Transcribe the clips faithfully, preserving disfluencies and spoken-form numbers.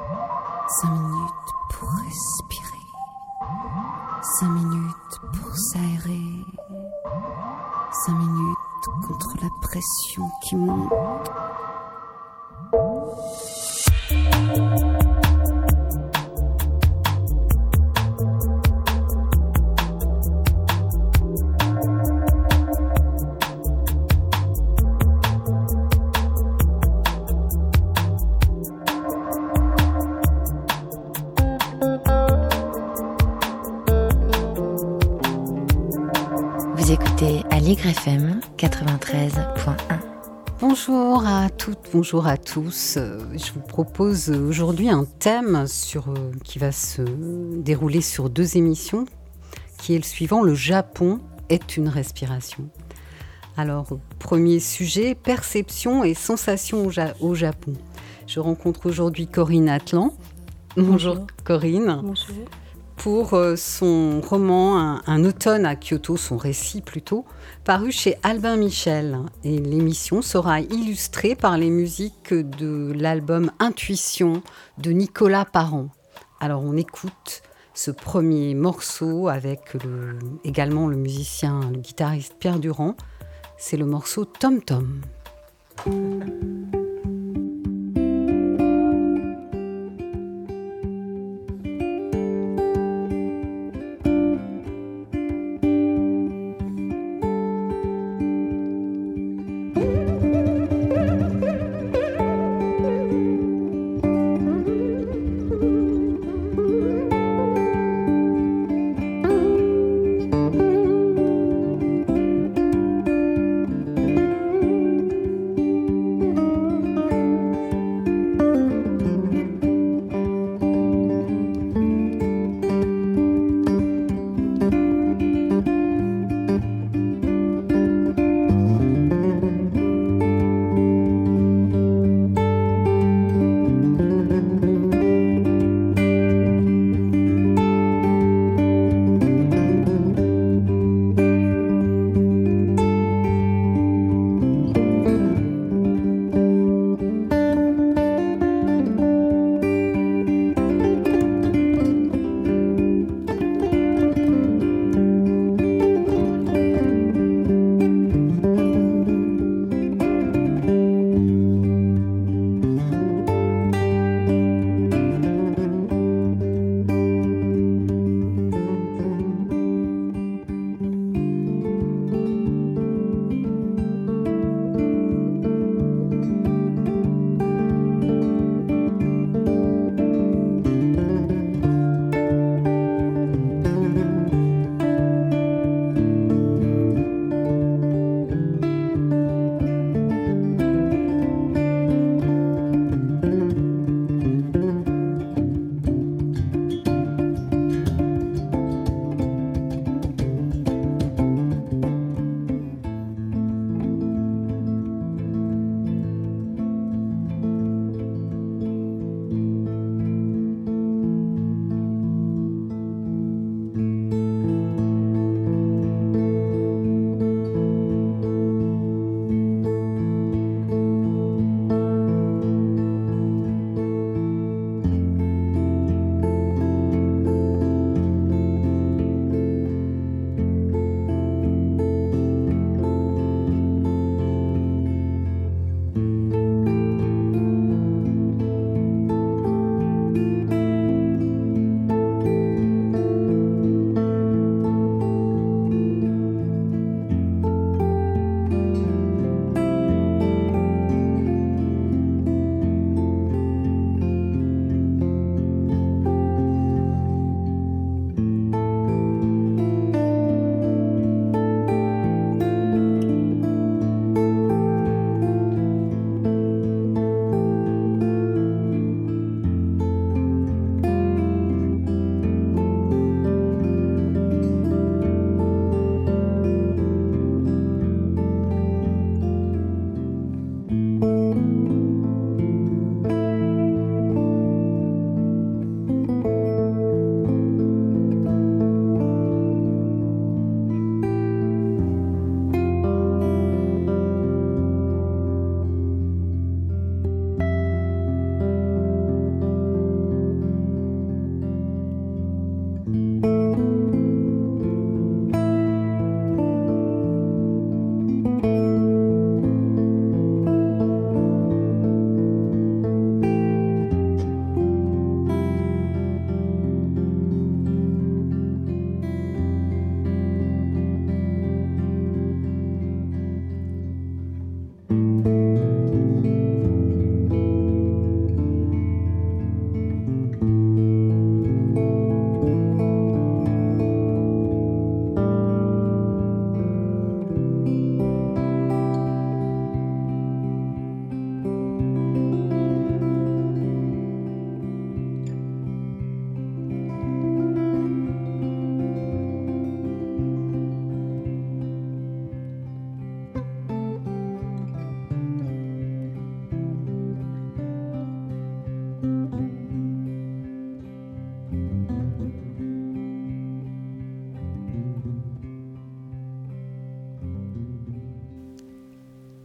Cinq minutes pour respirer. Cinq minutes pour s'aérer. Cinq minutes contre la pression qui monte. Vous écoutez Aligre F M quatre-vingt-treize point un. Bonjour à toutes, bonjour à tous. Je vous propose aujourd'hui un thème sur, qui va se dérouler sur deux émissions, qui est le suivant: le Japon est une respiration. Alors, premier sujet, perception et sensation au, ja- au Japon. Je rencontre aujourd'hui Corinne Atlan. Bonjour, Bonjour Corinne. Bonjour. Pour son roman un, un automne à Kyoto, son récit plutôt, paru chez Albin Michel. Et l'émission sera illustrée par les musiques de l'album Intuition de Nicolas Parent. Alors on écoute ce premier morceau avec le, également le musicien, le guitariste Pierre Durand. C'est le morceau Tom Tom.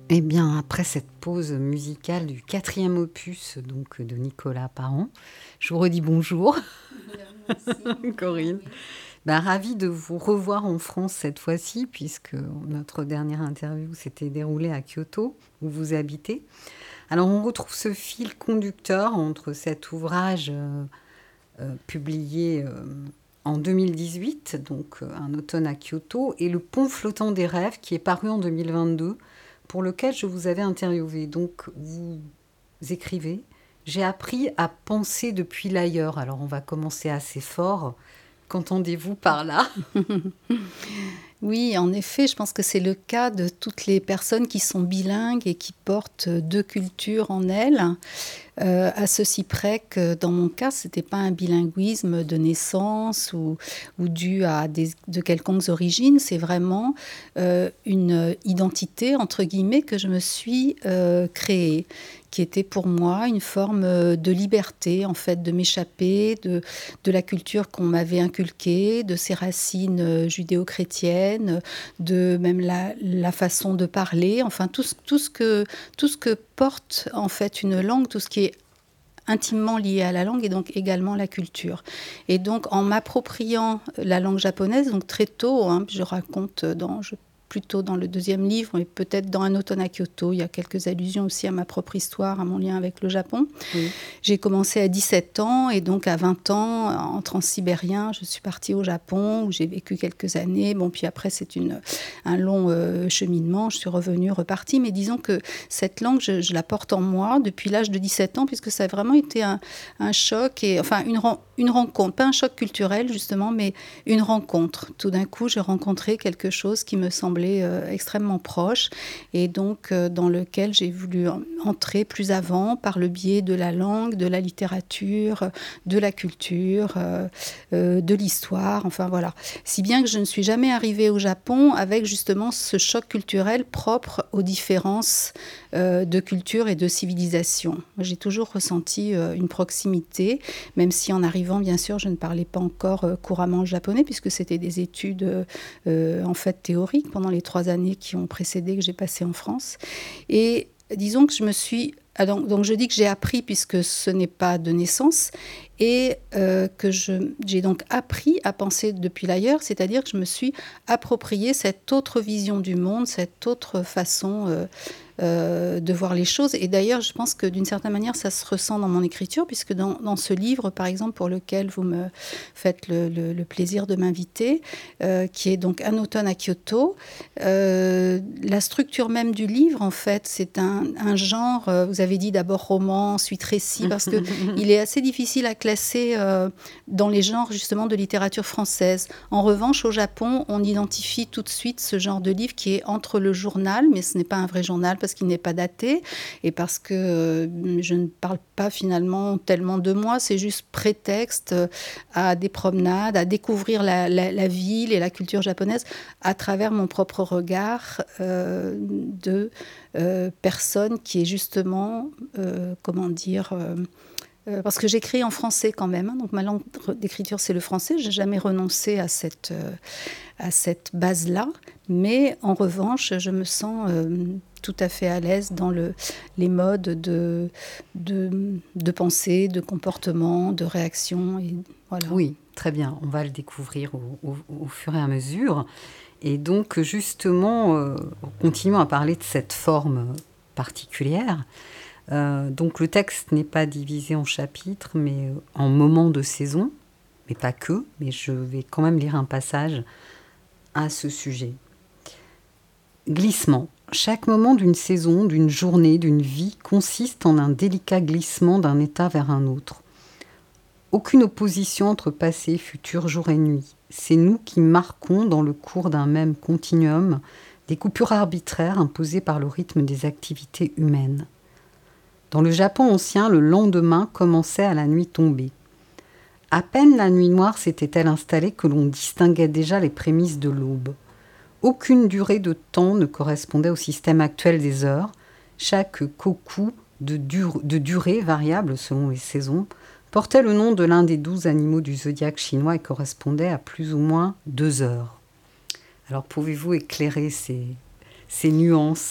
Eh bien, après cette pause musicale du quatrième opus donc, de Nicolas Parent, je vous redis bonjour. Merci, Corinne. Oui. Ben, ravie de vous revoir en France cette fois-ci, puisque notre dernière interview s'était déroulée à Kyoto, où vous habitez. Alors, on retrouve ce fil conducteur entre cet ouvrage euh, euh, publié euh, en deux mille dix-huit, donc euh, Un automne à Kyoto, et Le pont flottant des rêves, qui est paru en deux mille vingt-deux, pour lequel je vous avais interviewé. Donc, vous écrivez « J'ai appris à penser depuis l'ailleurs ». Alors, on va commencer assez fort. Qu'entendez-vous par là ? Oui, en effet, je pense que c'est le cas de toutes les personnes qui sont bilingues et qui portent deux cultures en elles, euh, à ceci près que dans mon cas, ce n'était pas un bilinguisme de naissance ou, ou dû à des, de quelconques origines, c'est vraiment euh, une identité, entre guillemets, que je me suis euh, créée, qui était pour moi une forme de liberté, en fait, de m'échapper de, de la culture qu'on m'avait inculquée, de ses racines judéo-chrétiennes, de même la, la façon de parler, enfin tout, tout, ce que, tout ce que porte en fait une langue, tout ce qui est intimement lié à la langue et donc également la culture. Et donc en m'appropriant la langue japonaise, donc très tôt, hein, je raconte dans... Je plutôt dans le deuxième livre, mais peut-être dans Un automne à Kyoto. Il y a quelques allusions aussi à ma propre histoire, à mon lien avec le Japon. Oui. J'ai commencé à dix-sept ans et donc à vingt ans, en transsibérien, je suis partie au Japon où j'ai vécu quelques années. Bon, puis après, c'est une, un long euh, cheminement. Je suis revenue, repartie. Mais disons que cette langue, je, je la porte en moi depuis l'âge de dix-sept ans puisque ça a vraiment été un, un choc, et, enfin une, une rencontre, pas un choc culturel justement, mais une rencontre. Tout d'un coup, j'ai rencontré quelque chose qui me semblait Euh, extrêmement proche et donc euh, dans lequel j'ai voulu entrer plus avant par le biais de la langue, de la littérature, de la culture, euh, euh, de l'histoire, enfin voilà. Si bien que je ne suis jamais arrivée au Japon avec justement ce choc culturel propre aux différences euh, de culture et de civilisation. J'ai toujours ressenti euh, une proximité, même si en arrivant, bien sûr, je ne parlais pas encore euh, couramment le japonais puisque c'était des études euh, en fait théoriques pendant les trois années qui ont précédé que j'ai passé en France. Et disons que je me suis... Donc, donc je dis que j'ai appris puisque ce n'est pas de naissance et euh, que je, j'ai donc appris à penser depuis l'ailleurs, c'est-à-dire que je me suis approprié cette autre vision du monde, cette autre façon euh, euh, de voir les choses. Et d'ailleurs, je pense que d'une certaine manière, ça se ressent dans mon écriture, puisque dans, dans ce livre, par exemple, pour lequel vous me faites le, le, le plaisir de m'inviter, euh, qui est donc Un automne à Kyoto, euh, la structure même du livre, en fait, c'est un, un genre, euh, vous avez dit d'abord roman, ensuite récit, parce qu'il est assez difficile à classer euh, dans les genres, justement, de littérature française. En revanche, au Japon, on identifie tout de suite ce genre de livre qui est entre le journal, mais ce n'est pas un vrai journal, parce qu'il n'est pas daté et parce que euh, je ne parle pas finalement tellement de moi, c'est juste prétexte à des promenades, à découvrir la, la, la ville et la culture japonaise à travers mon propre regard euh, de euh, personne qui est justement, euh, comment dire... Euh, Euh, parce que j'écris en français quand même, hein, donc ma langue d'écriture c'est le français, je n'ai jamais renoncé à cette, euh, à cette base-là, mais en revanche je me sens euh, tout à fait à l'aise dans le, les modes de, de, de pensée, de comportement, de réaction. Et voilà. Oui, très bien, on va le découvrir au, au, au fur et à mesure. Et donc justement, euh, continuons à parler de cette forme particulière. Euh, donc le texte n'est pas divisé en chapitres, mais en moments de saison, mais pas que, mais je vais quand même lire un passage à ce sujet. Glissement. Chaque moment d'une saison, d'une journée, d'une vie consiste en un délicat glissement d'un état vers un autre. Aucune opposition entre passé, futur, jour et nuit. C'est nous qui marquons dans le cours d'un même continuum des coupures arbitraires imposées par le rythme des activités humaines. Dans le Japon ancien, le lendemain commençait à la nuit tombée. À peine la nuit noire s'était-elle installée que l'on distinguait déjà les prémices de l'aube. Aucune durée de temps ne correspondait au système actuel des heures. Chaque koku de, dur- de durée variable selon les saisons portait le nom de l'un des douze animaux du zodiaque chinois et correspondait à plus ou moins deux heures. Alors pouvez-vous éclairer ces, ces nuances ?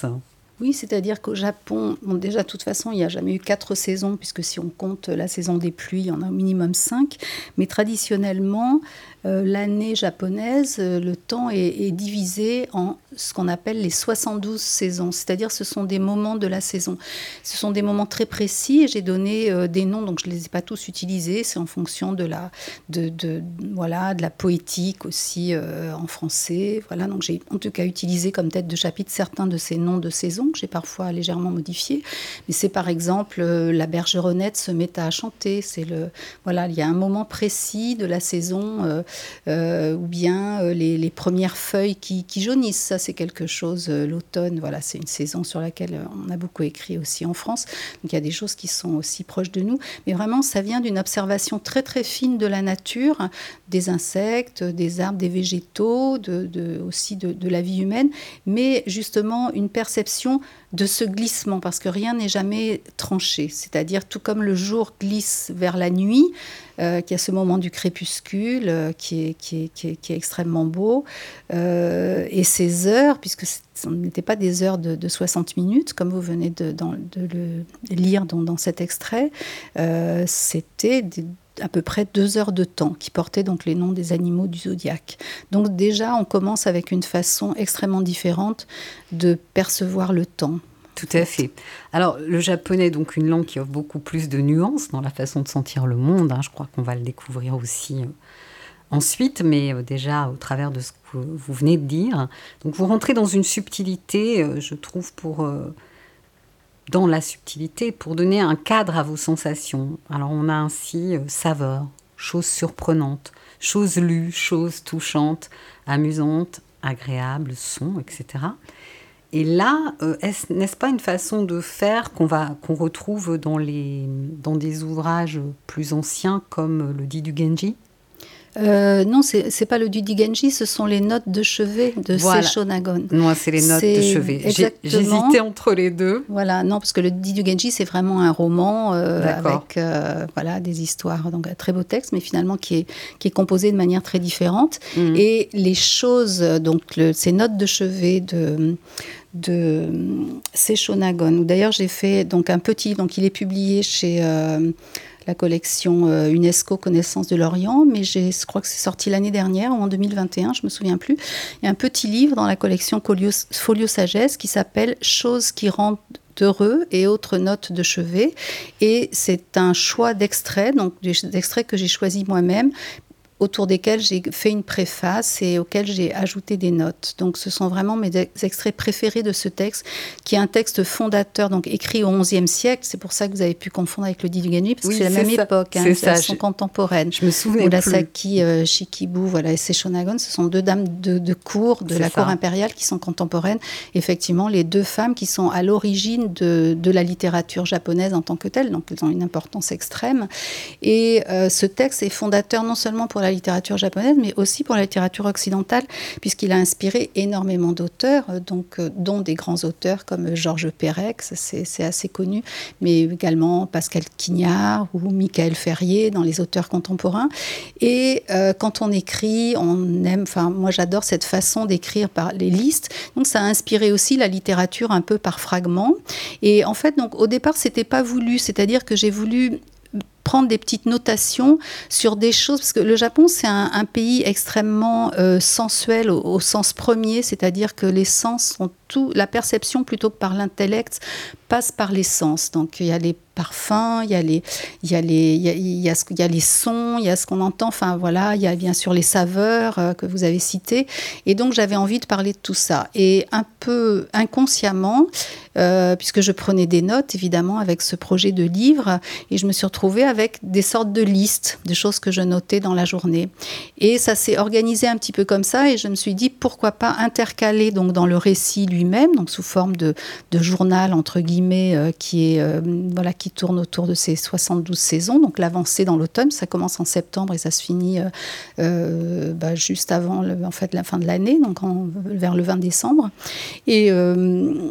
Oui, c'est-à-dire qu'au Japon, bon, déjà, de toute façon, il n'y a jamais eu quatre saisons, puisque si on compte la saison des pluies, il y en a au minimum cinq. Mais traditionnellement, euh, l'année japonaise, euh, le temps est, est divisé en ce qu'on appelle les soixante-douze saisons. C'est-à-dire ce sont des moments de la saison. Ce sont des moments très précis, et j'ai donné euh, des noms, donc je ne les ai pas tous utilisés. C'est en fonction de la, de, de, voilà, de la poétique aussi euh, en français. Voilà, donc j'ai en tout cas utilisé comme tête de chapitre certains de ces noms de saisons, que j'ai parfois légèrement modifié, mais c'est par exemple euh, la bergeronnette se met à chanter, c'est le, voilà, il y a un moment précis de la saison, euh, euh, ou bien euh, les, les premières feuilles qui, qui jaunissent, ça c'est quelque chose, euh, l'automne, voilà, c'est une saison sur laquelle on a beaucoup écrit aussi en France, donc il y a des choses qui sont aussi proches de nous, mais vraiment ça vient d'une observation très très fine de la nature, des insectes, des arbres, des végétaux, de, de, aussi de, de la vie humaine, mais justement une perception de ce glissement, parce que rien n'est jamais tranché. C'est-à-dire, tout comme le jour glisse vers la nuit, euh, qu'il y a ce moment du crépuscule euh, qui, est, qui, est, qui, est, qui est extrêmement beau, euh, et ces heures, puisque ce n'étaient pas des heures de, de soixante minutes, comme vous venez de, dans, de le lire dans, dans cet extrait, euh, c'était des à peu près deux heures de temps, qui portaient donc les noms des animaux du zodiaque. Donc déjà, on commence avec une façon extrêmement différente de percevoir le temps. Tout à fait. Alors, le japonais est donc une langue qui offre beaucoup plus de nuances dans la façon de sentir le monde. Hein. Je crois qu'on va le découvrir aussi euh, ensuite, mais euh, déjà au travers de ce que vous venez de dire. Donc, vous rentrez dans une subtilité, euh, je trouve, pour... Euh, dans la subtilité, pour donner un cadre à vos sensations. Alors on a ainsi euh, saveur, choses surprenantes, choses lues, choses touchantes, amusantes, agréables, sons, et cetera. Et là, euh, est-ce, n'est-ce pas une façon de faire qu'on, va, qu'on retrouve dans, les, dans des ouvrages plus anciens comme le Dit du Genji ? Euh, non, c'est, c'est pas le Dudi Genji, ce sont les notes de chevet de voilà. Seishonagon. Non, c'est les notes c'est de chevet. J'ai, j'hésitais entre les deux. Voilà, non, parce que le Didi Genji, c'est vraiment un roman euh, avec euh, voilà, des histoires, donc un très beau texte, mais finalement qui est, qui est composé de manière très différente. Mmh. Et les choses, donc le, ces notes de chevet de... de Seishonagon, où d'ailleurs j'ai fait donc un petit, donc il est publié chez euh, la collection euh, UNESCO Connaissance de l'Orient, mais j'ai, je crois que c'est sorti l'année dernière, ou en deux mille vingt et un, je me souviens plus. Il y a un petit livre dans la collection Folio, Folio Sagesse qui s'appelle Choses qui rendent heureux et autres notes de chevet, et c'est un choix d'extraits, donc d'extraits que j'ai choisi moi-même, autour desquels j'ai fait une préface et auxquels j'ai ajouté des notes. Donc ce sont vraiment mes extraits préférés de ce texte, qui est un texte fondateur, donc écrit au onzième siècle. C'est pour ça que vous avez pu confondre avec le Dit du Genji, parce oui, que c'est la même ça. époque, hein, c'est elles sont contemporaines. Je me souviens Murasaki euh, Shikibu, voilà, et Seishonagon, ce sont deux dames de, de cour, de c'est la ça. cour impériale, qui sont contemporaines. Effectivement, les deux femmes qui sont à l'origine de, de la littérature japonaise en tant que telle, donc elles ont une importance extrême. Et euh, ce texte est fondateur non seulement pour la la littérature japonaise, mais aussi pour la littérature occidentale, puisqu'il a inspiré énormément d'auteurs, donc, euh, dont des grands auteurs comme Georges Perec, c'est, c'est assez connu, mais également Pascal Quignard ou Michael Ferrier dans les auteurs contemporains. Et euh, quand on écrit, on aime, enfin moi j'adore cette façon d'écrire par les listes, donc ça a inspiré aussi la littérature un peu par fragments. Et en fait, donc, au départ, c'était pas voulu, c'est-à-dire que j'ai voulu prendre des petites notations sur des choses, parce que le Japon, c'est un, un pays extrêmement euh, sensuel au, au sens premier, c'est-à-dire que les sens sont tout, la perception plutôt que par l'intellect passe par les sens. Donc il y a les parfums, il y a les, il y a les, il y a, il y a ce, il y a les sons, il y a ce qu'on entend, enfin voilà, il y a bien sûr les saveurs euh, que vous avez citées. Et donc j'avais envie de parler de tout ça. Et un peu inconsciemment, euh, puisque je prenais des notes évidemment avec ce projet de livre, et je me suis retrouvée avec des sortes de listes de choses que je notais dans la journée. Et ça s'est organisé un petit peu comme ça, et je me suis dit pourquoi pas intercaler donc dans le récit lui-même, donc sous forme de, de journal entre guillemets euh, qui est euh, voilà qui tourne autour de ces soixante-douze saisons, donc l'avancée dans l'automne, ça commence en septembre et ça se finit euh, euh, bah, juste avant le, en fait la fin de l'année, donc en, vers le vingt décembre. Et euh,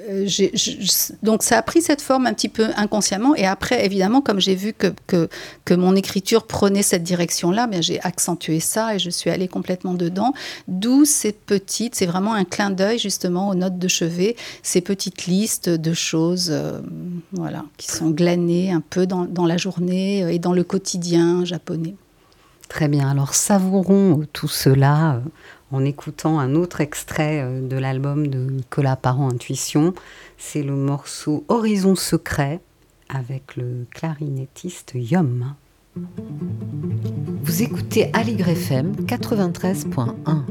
euh, j'ai, je, donc ça a pris cette forme un petit peu inconsciemment. Et après, évidemment, comme j'ai vu que, que, que mon écriture prenait cette direction-là, bien, j'ai accentué ça et je suis allée complètement dedans. D'où ces petites, c'est vraiment un clin d'œil justement aux notes de chevet, ces petites listes de choses euh, voilà, qui sont glanées un peu dans, dans la journée et dans le quotidien japonais. Très bien, alors savourons tout cela euh, en écoutant un autre extrait euh, de l'album de Nicolas Parent-Intuition. C'est le morceau Horizon secret avec le clarinettiste Yom. Vous écoutez Aligre F M quatre-vingt-treize point un.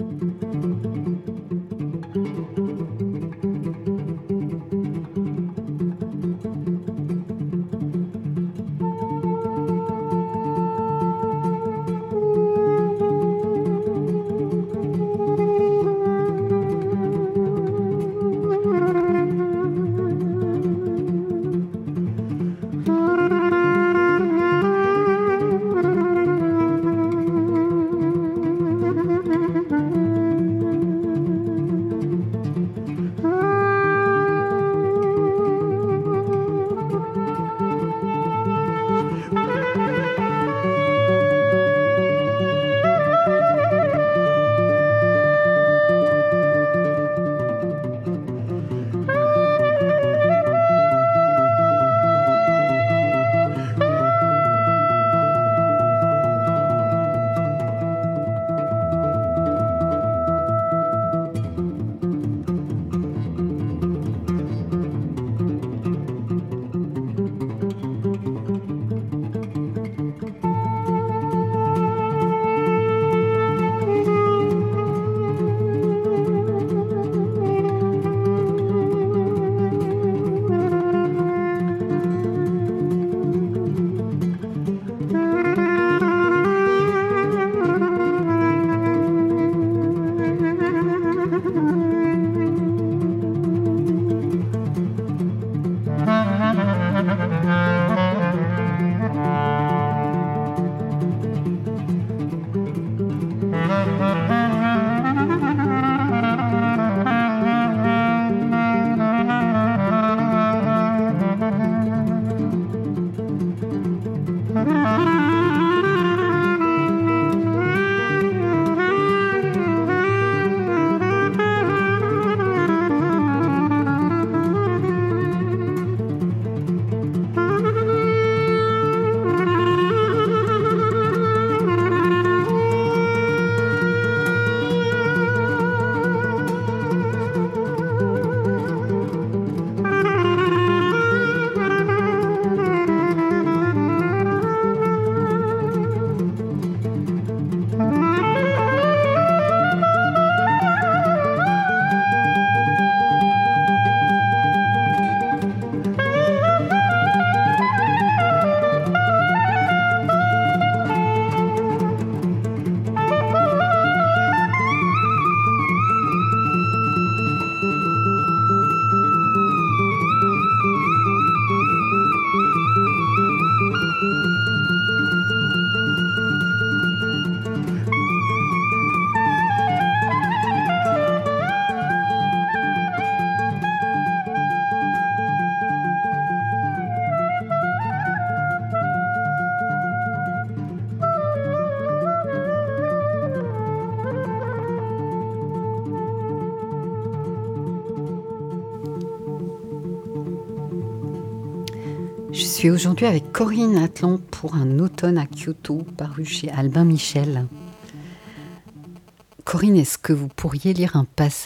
Je suis aujourd'hui avec Corinne Atlan pour Un automne à Kyoto, paru chez Albin Michel. Corinne, est-ce que vous pourriez lire un passage ?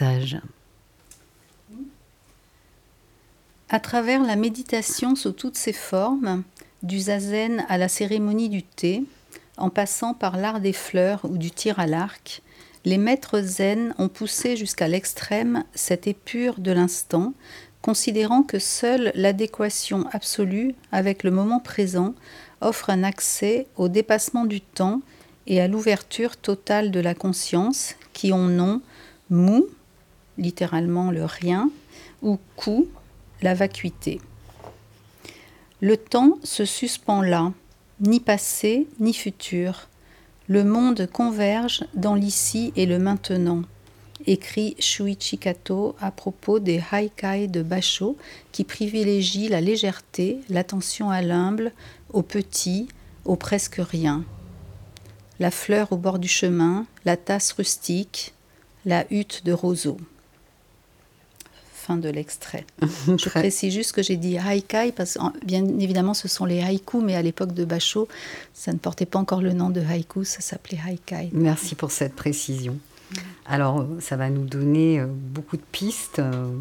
À travers la méditation sous toutes ses formes, du zazen à la cérémonie du thé, en passant par l'art des fleurs ou du tir à l'arc, les maîtres zen ont poussé jusqu'à l'extrême cette épure de l'instant, considérant que seule l'adéquation absolue avec le moment présent offre un accès au dépassement du temps et à l'ouverture totale de la conscience qui ont nom mu, littéralement le rien, ou ku, la vacuité. Le temps se suspend là, ni passé ni futur. Le monde converge dans l'ici et le maintenant. écrit Shuichi Kato à propos des haikai de Basho qui privilégient la légèreté, l'attention à l'humble, au petit, au presque rien. La fleur au bord du chemin, la tasse rustique, la hutte de roseau. Fin de l'extrait. Je précise juste que j'ai dit haikai parce que bien évidemment ce sont les haïkus, mais à l'époque de Basho, ça ne portait pas encore le nom de haïku, ça s'appelait haikai. Merci pour cette précision. Alors ça va nous donner beaucoup de pistes, euh,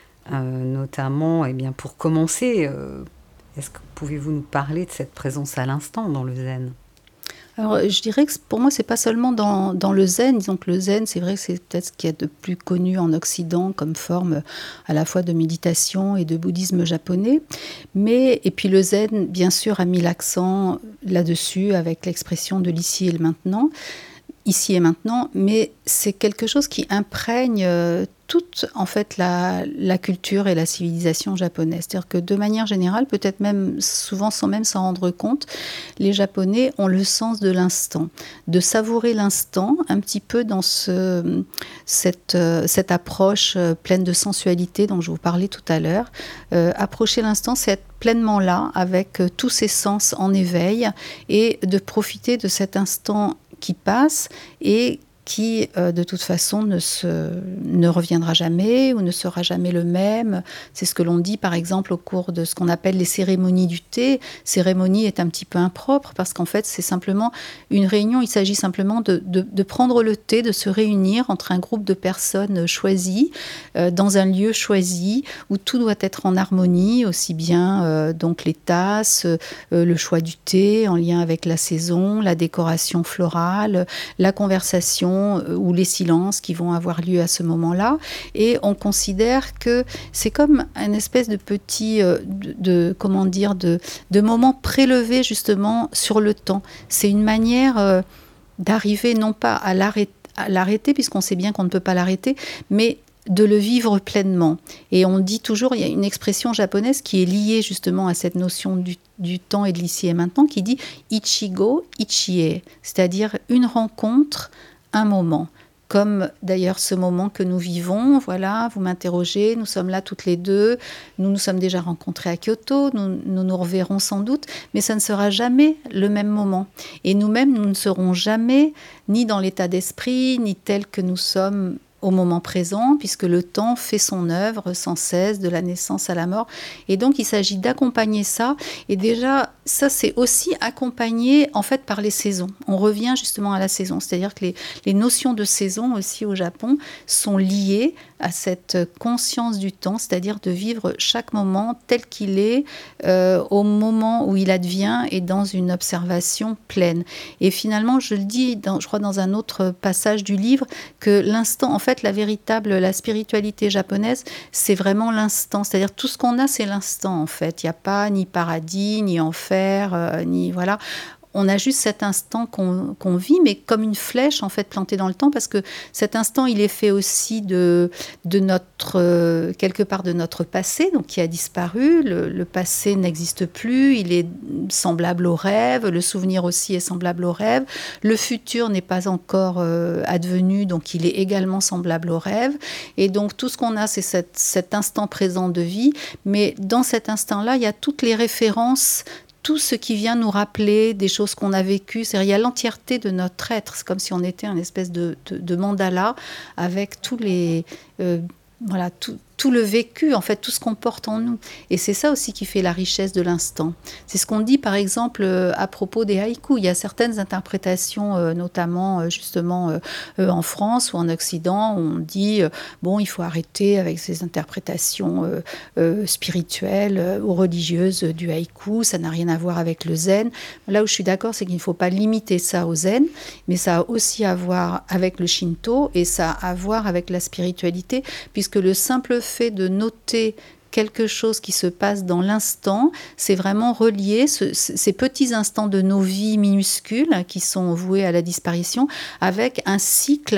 notamment eh bien, pour commencer, euh, est-ce que pouvez-vous nous parler de cette présence à l'instant dans le zen ? Alors, je dirais que pour moi, c'est pas seulement dans, dans le zen. Disons que le zen, c'est vrai que c'est peut-être ce qu'il y a de plus connu en Occident comme forme à la fois de méditation et de bouddhisme japonais. Mais, et puis le zen, bien sûr, a mis l'accent là-dessus avec l'expression de l'ici et le maintenant. Ici et maintenant, mais c'est quelque chose qui imprègne euh, toute en fait la, la culture et la civilisation japonaise. C'est-à-dire que de manière générale, peut-être même souvent sans même s'en rendre compte, les Japonais ont le sens de l'instant, de savourer l'instant un petit peu dans ce, cette, euh, cette approche euh, pleine de sensualité dont je vous parlais tout à l'heure. Euh, approcher l'instant, c'est être pleinement là avec euh, tous ses sens en éveil et de profiter de cet instant qui passe et qui, euh, de toute façon, ne, se, ne reviendra jamais ou ne sera jamais le même. C'est ce que l'on dit, par exemple, au cours de ce qu'on appelle les cérémonies du thé. Cérémonie est un petit peu impropre parce qu'en fait, c'est simplement une réunion. Il s'agit simplement de, de, de prendre le thé, de se réunir entre un groupe de personnes choisies, euh, dans un lieu choisi, où tout doit être en harmonie, aussi bien euh, donc les tasses, euh, le choix du thé en lien avec la saison, la décoration florale, la conversation ou les silences qui vont avoir lieu à ce moment-là. Et on considère que c'est comme une espèce de petit, euh, de, de, comment dire, de, de moment prélevé justement sur le temps. C'est une manière euh, d'arriver non pas à l'arrêter, à l'arrêter, puisqu'on sait bien qu'on ne peut pas l'arrêter, mais de le vivre pleinement. Et on dit toujours, il y a une expression japonaise qui est liée justement à cette notion du, du temps et de l'ici et maintenant, qui dit « ichigo, ichie », c'est-à-dire une rencontre, un moment, comme d'ailleurs ce moment que nous vivons. Voilà, vous m'interrogez, nous sommes là toutes les deux, nous nous sommes déjà rencontrés à Kyoto, nous nous, nous reverrons sans doute, mais ça ne sera jamais le même moment. Et nous-mêmes, nous ne serons jamais ni dans l'état d'esprit, ni tel que nous sommes au moment présent, puisque le temps fait son œuvre sans cesse, de la naissance à la mort. Et donc, il s'agit d'accompagner ça. Et déjà, ça, c'est aussi accompagné, en fait, par les saisons. On revient justement à la saison. C'est-à-dire que les, les notions de saison, aussi au Japon, sont liées à cette conscience du temps, c'est-à-dire de vivre chaque moment tel qu'il est, euh, au moment où il advient et dans une observation pleine. Et finalement, je le dis, dans, je crois, dans un autre passage du livre, que l'instant, en fait, la véritable, la spiritualité japonaise, c'est vraiment l'instant. C'est-à-dire tout ce qu'on a, c'est l'instant, en fait. Il n'y a pas ni paradis, ni enfer, euh, ni voilà. On a juste cet instant qu'on, qu'on vit, mais comme une flèche, en fait, plantée dans le temps, parce que cet instant, il est fait aussi de, de notre, euh, quelque part de notre passé, donc qui a disparu. Le, le passé n'existe plus, il est semblable au rêve, le souvenir aussi est semblable au rêve. Le futur n'est pas encore euh, advenu, donc il est également semblable au rêve. Et donc, tout ce qu'on a, c'est cette, cet instant présent de vie, mais dans cet instant-là, il y a toutes les références, tout ce qui vient nous rappeler des choses qu'on a vécues. C'est-à-dire, il y a l'entièreté de notre être. C'est comme si on était un espèce de, de, de mandala avec tous les... Euh, voilà, tout, tout le vécu, en fait, tout ce qu'on porte en nous. Et c'est ça aussi qui fait la richesse de l'instant. C'est ce qu'on dit, par exemple, euh, à propos des haïkus. Il y a certaines interprétations, euh, notamment, euh, justement, euh, euh, en France ou en Occident, où on dit, euh, bon, il faut arrêter avec ces interprétations euh, euh, spirituelles euh, ou religieuses euh, du haïku. Ça n'a rien à voir avec le zen. Là où je suis d'accord, c'est qu'il ne faut pas limiter ça au zen, mais ça a aussi à voir avec le shinto et ça a à voir avec la spiritualité, puisque le simple fait de noter quelque chose qui se passe dans l'instant, c'est vraiment relier ce, ces petits instants de nos vies minuscules qui sont voués à la disparition avec un cycle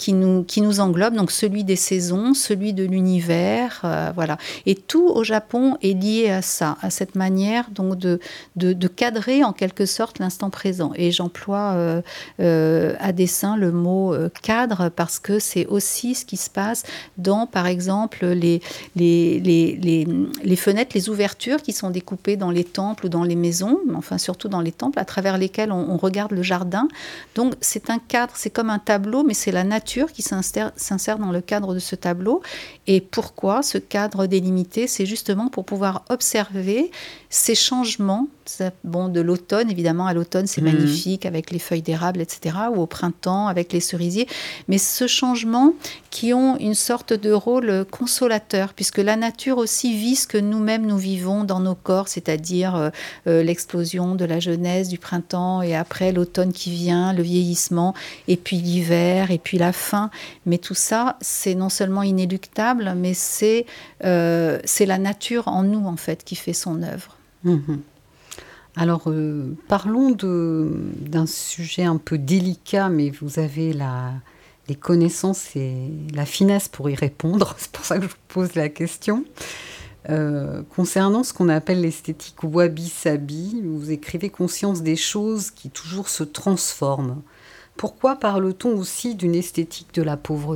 qui nous, qui nous englobe, donc celui des saisons, celui de l'univers, euh, voilà. Et tout au Japon est lié à ça, à cette manière donc de, de, de cadrer en quelque sorte l'instant présent. Et j'emploie euh, euh, à dessein le mot euh, cadre parce que c'est aussi ce qui se passe dans, par exemple, les, les, les, les, les fenêtres, les ouvertures qui sont découpées dans les temples ou dans les maisons, enfin surtout dans les temples, à travers lesquels on, on regarde le jardin. Donc c'est un cadre, c'est comme un tableau, mais c'est la nature qui s'insère, s'insère dans le cadre de ce tableau. Et pourquoi ce cadre délimité? C'est justement pour pouvoir observer ces changements. Bon, de l'automne, évidemment, à l'automne, c'est mmh. magnifique avec les feuilles d'érable, et cetera, ou au printemps avec les cerisiers. Mais ce changement qui ont une sorte de rôle consolateur, puisque la nature aussi vit ce que nous-mêmes nous vivons dans nos corps, c'est-à-dire euh, euh, l'explosion de la jeunesse, du printemps, et après l'automne qui vient, le vieillissement, et puis l'hiver, et puis la fin. Mais tout ça, c'est non seulement inéluctable, mais c'est, euh, c'est la nature en nous, en fait, qui fait son œuvre. Mmh. Alors, euh, parlons de, d'un sujet un peu délicat, mais vous avez la, les connaissances et la finesse pour y répondre. C'est pour ça que je vous pose la question. Euh, concernant ce qu'on appelle l'esthétique wabi-sabi, vous écrivez « conscience des choses qui toujours se transforment ». Pourquoi parle-t-on aussi d'une esthétique de la pauvreté ?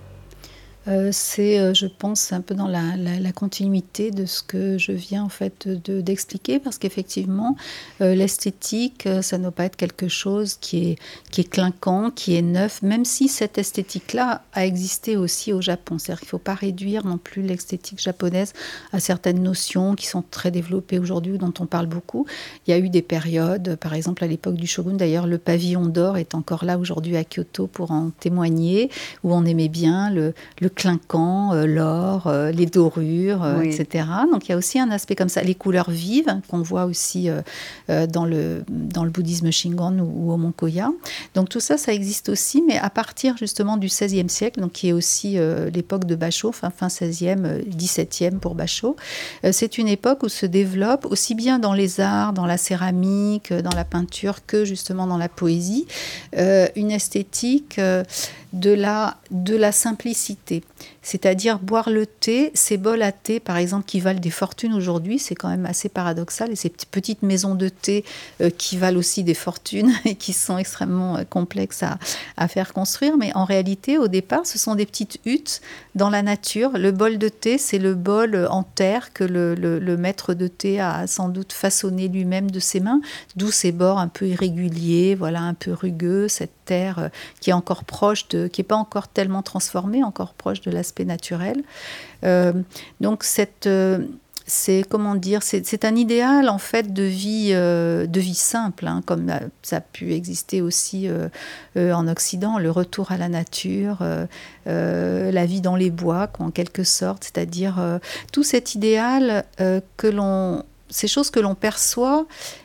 Euh, c'est, euh, je pense, un peu dans la, la, la continuité de ce que je viens en fait de, d'expliquer, parce qu'effectivement, euh, l'esthétique, euh, ça ne doit pas être quelque chose qui est, qui est clinquant, qui est neuf, même si cette esthétique-là a existé aussi au Japon. C'est-à-dire qu'il ne faut pas réduire non plus l'esthétique japonaise à certaines notions qui sont très développées aujourd'hui, dont on parle beaucoup. Il y a eu des périodes, par exemple à l'époque du Shogun, d'ailleurs le pavillon d'or est encore là aujourd'hui à Kyoto pour en témoigner, où on aimait bien le, le clinquant, euh, l'or, euh, les dorures, euh, oui. et cetera. Donc il y a aussi un aspect comme ça, les couleurs vives qu'on voit aussi euh, euh, dans, le, dans le bouddhisme Shingon ou, ou au Mont Koya. Donc tout ça, ça existe aussi, mais à partir justement du seizième siècle, donc qui est aussi euh, l'époque de Basho, fin, fin seizième, dix-septième pour Basho. Euh, c'est une époque où se développe aussi bien dans les arts, dans la céramique, dans la peinture, que justement dans la poésie, euh, une esthétique euh, de la, de la simplicité. C'est-à-dire boire le thé, ces bols à thé, par exemple, qui valent des fortunes aujourd'hui, c'est quand même assez paradoxal, et ces petites maisons de thé euh, qui valent aussi des fortunes et qui sont extrêmement euh, complexes à, à faire construire, mais en réalité, au départ, ce sont des petites huttes dans la nature. Le bol de thé, c'est le bol en terre que le, le, le maître de thé a sans doute façonné lui-même de ses mains, d'où ces bords un peu irréguliers, voilà, un peu rugueux, cette terre euh, qui est encore proche de, qui n'est pas encore tellement transformée, encore proche de l'aspect naturel. Euh, donc cette, euh, c'est comment dire, c'est, c'est un idéal en fait de vie, euh, de vie simple, hein, comme ça a pu exister aussi euh, euh, en Occident, le retour à la nature, euh, euh, la vie dans les bois, quoi, en quelque sorte, c'est-à-dire euh, tout cet idéal euh, que l'on, ces choses que l'on perçoit.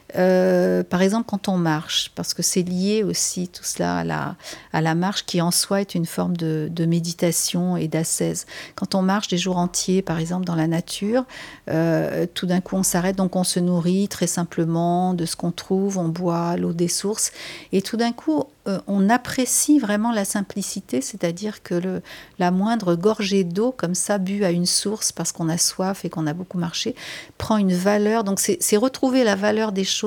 Euh, par exemple quand on marche, parce que c'est lié aussi tout cela à la, à la marche qui en soi est une forme de, de méditation et d'ascèse. Quand on marche des jours entiers, par exemple dans la nature, euh, tout d'un coup on s'arrête, donc on se nourrit très simplement de ce qu'on trouve, on boit l'eau des sources, et tout d'un coup euh, on apprécie vraiment la simplicité, c'est-à-dire que le, la moindre gorgée d'eau comme ça, bue à une source parce qu'on a soif et qu'on a beaucoup marché, prend une valeur. Donc c'est, c'est retrouver la valeur des choses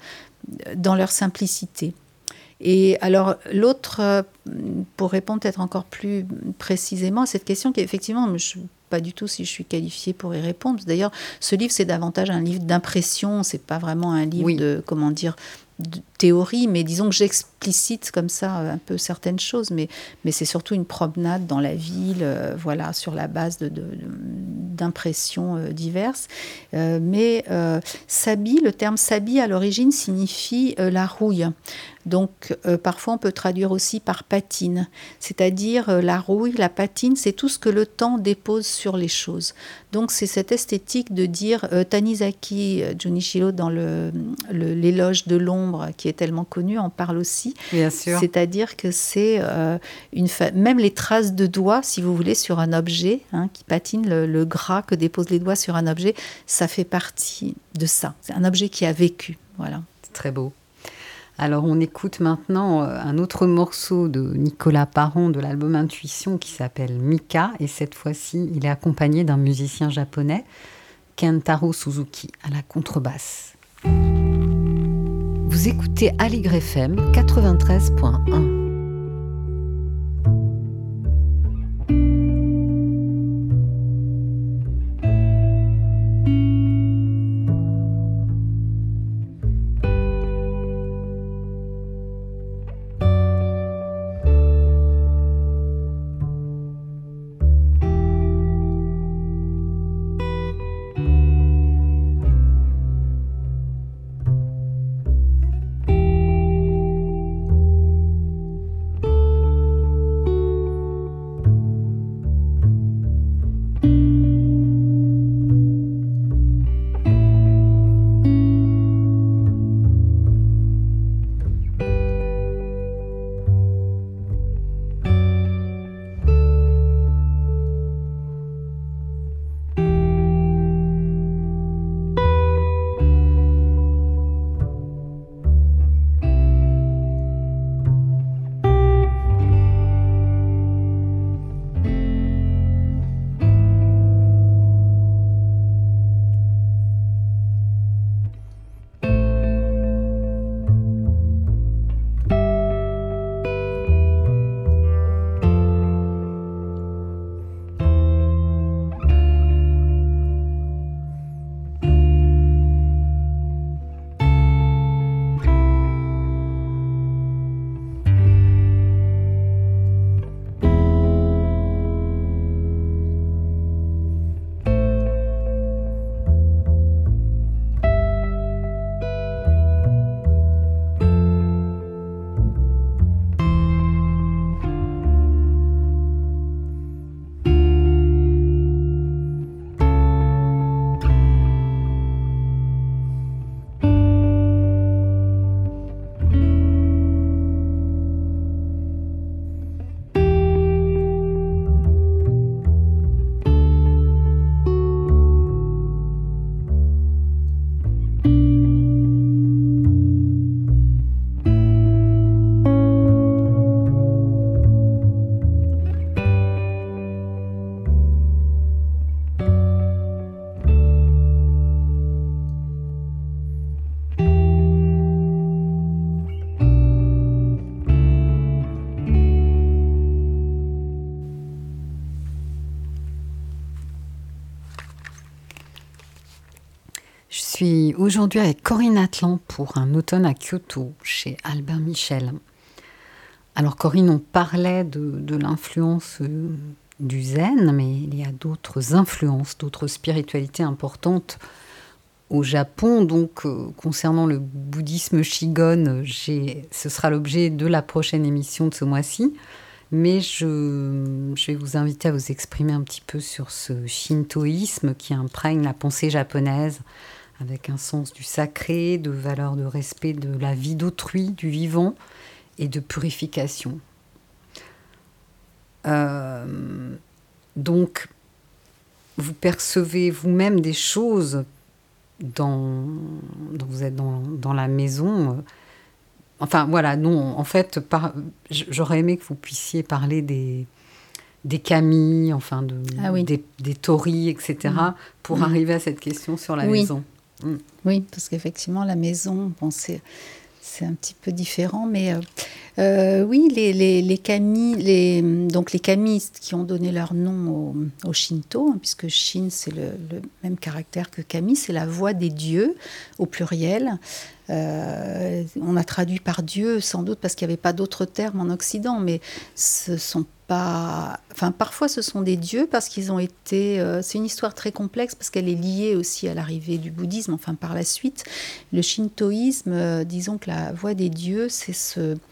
dans leur simplicité. Et alors l'autre, pour répondre peut-être encore plus précisément à cette question, qui est effectivement, je ne sais pas du tout si je suis qualifiée pour y répondre. D'ailleurs, ce livre, c'est davantage un livre d'impression, c'est pas vraiment un livre oui. de, comment dire, de théorie, mais disons que j'explicite comme ça un peu certaines choses, mais, mais c'est surtout une promenade dans la ville, euh, voilà, sur la base de, de, de, d'impressions euh, diverses. Euh, mais euh, sabi, le terme sabi à l'origine signifie euh, la rouille. Donc euh, parfois on peut traduire aussi par patine, c'est-à-dire euh, la rouille, la patine, c'est tout ce que le temps dépose sur les choses. Donc c'est cette esthétique de dire, euh, Tanizaki Junichiro dans le, le, l'éloge de l'ombre qui est tellement connu en parle aussi. Bien sûr. C'est-à-dire que c'est euh, une fa... même les traces de doigts, si vous voulez, sur un objet, hein, qui patine, le, le gras que déposent les doigts sur un objet, ça fait partie de ça. C'est un objet qui a vécu, voilà. C'est très beau. Alors on écoute maintenant un autre morceau de Nicolas Parent de l'album Intuition qui s'appelle Mika, et cette fois-ci il est accompagné d'un musicien japonais, Kentaro Suzuki, à la contrebasse. Vous écoutez Aligre F M quatre-vingt-treize point un. Je suis aujourd'hui avec Corinne Atlan pour un automne à Kyoto, chez Albin Michel. Alors Corinne, on parlait de, de l'influence du zen, mais il y a d'autres influences, d'autres spiritualités importantes au Japon. Donc, euh, concernant le bouddhisme Shigon, j'ai, ce sera l'objet de la prochaine émission de ce mois-ci. Mais je, je vais vous inviter à vous exprimer un petit peu sur ce shintoïsme qui imprègne la pensée japonaise, avec un sens du sacré, de valeur de respect de la vie d'autrui, du vivant, et de purification. Euh, donc, vous percevez vous-même des choses dans, dans vous êtes dans, dans la maison. Enfin, voilà, non, en fait, par, j'aurais aimé que vous puissiez parler des, des kami, enfin, de, ah oui. des, des torii, et cetera, mmh. pour mmh. arriver à cette question sur la oui. maison. Mmh. Oui, parce qu'effectivement, la maison, bon, c'est, c'est un petit peu différent, mais euh, euh, oui, les, les, les kami, les, donc les kamistes qui ont donné leur nom au, au Shinto, hein, puisque Shin, c'est le, le même caractère que kami, c'est la voix des dieux, au pluriel. Euh, on a traduit par Dieu, sans doute parce qu'il n'y avait pas d'autres termes en Occident, mais ce sont pas... Enfin, parfois, ce sont des dieux parce qu'ils ont été... Euh, c'est une histoire très complexe parce qu'elle est liée aussi à l'arrivée du bouddhisme, enfin, par la suite. Le shintoïsme, euh, disons que la voix des dieux, c'est ce...